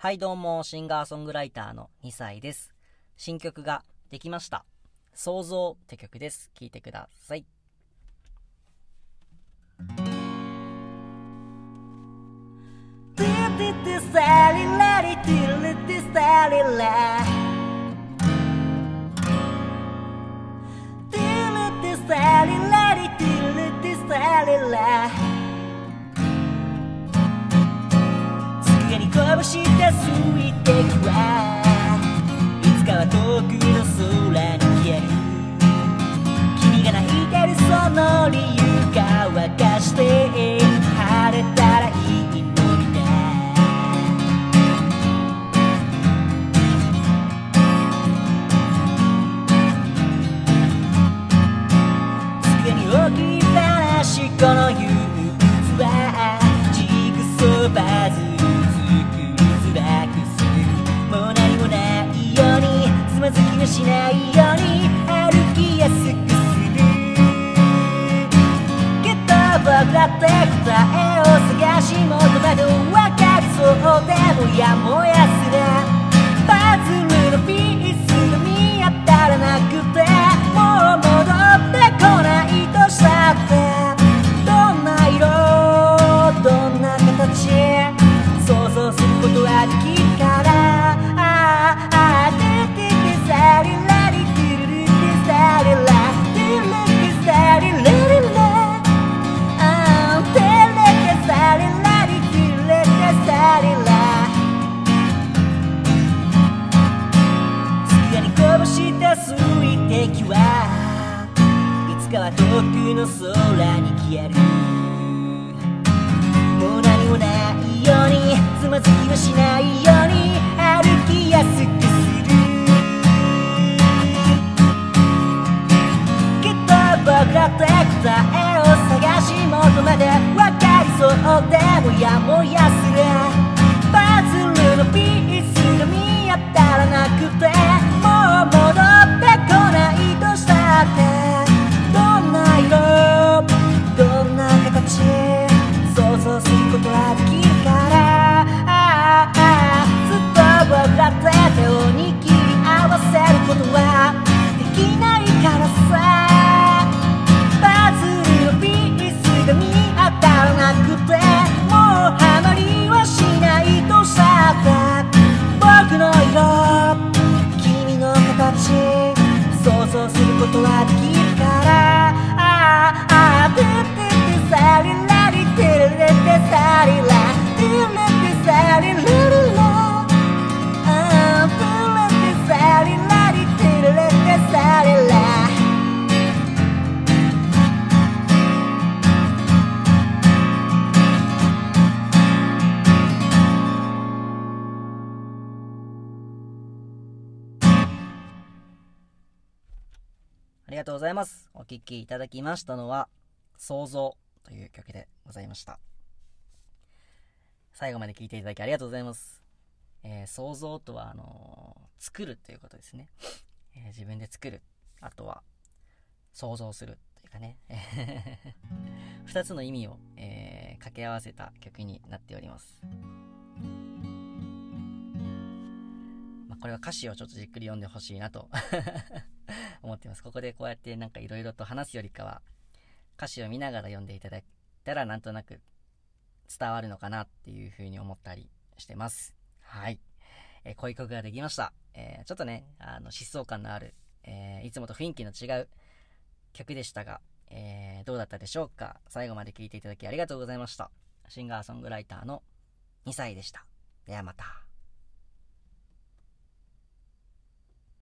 はいどうも、シンガーソングライターの2歳です。新曲ができました。想像って曲です。聴いてください。 机にこぼした水滴はいつかは遠くの空に消える。君が泣いてるその理由が沸かして晴れたらいいのにね。机に置きっぱなしこの憂鬱はジグソーパズルつまずきもしないように歩きやすくする。きっと僕だって答えを探し求めて分かりそうでもやもやする。パズルのピースが見当たらなくてもう戻ってこないとしたってどんな色どんな形想像することはできるから水滴はいつかは遠くの空に消える。もう何もないようにつまずきもしないように歩きやすくする。きっと僕だって答えを探し求めて分かりそうでもやもやする。パズルのピースが見当たらなくてもう戻ってこないとしたってどんな色どんな形想像することはできるからずっと僕だって手を握り合わせることはできないからさ。パズルのピースが見当たらなくてもうハマりはしないとしたって僕の色君の形想像することはできるからトゥッティサリラリテレレテサリラトゥレテサリラリラトゥレテサリラリテレレテサリラ。 ありがとうございます。お聴きいただきましたのは想像という曲でございました。最後まで聴いていただきありがとうございます。想像とは作るということですね。自分で作る、あとは想像するというかね2つの意味を、掛け合わせた曲になっております。これは歌詞をちょっとじっくり読んでほしいなと思ってます。ここでこうやってなんかいろいろと話すよりかは歌詞を見ながら読んでいただいたらなんとなく伝わるのかなっていう風に思ったりしてます。はい、こういう曲ができました。ちょっとね疾走感のある、いつもと雰囲気の違う曲でしたが、どうだったでしょうか。最後まで聴いていただきありがとうございました。シンガーソングライターの2歳でした。ではまた。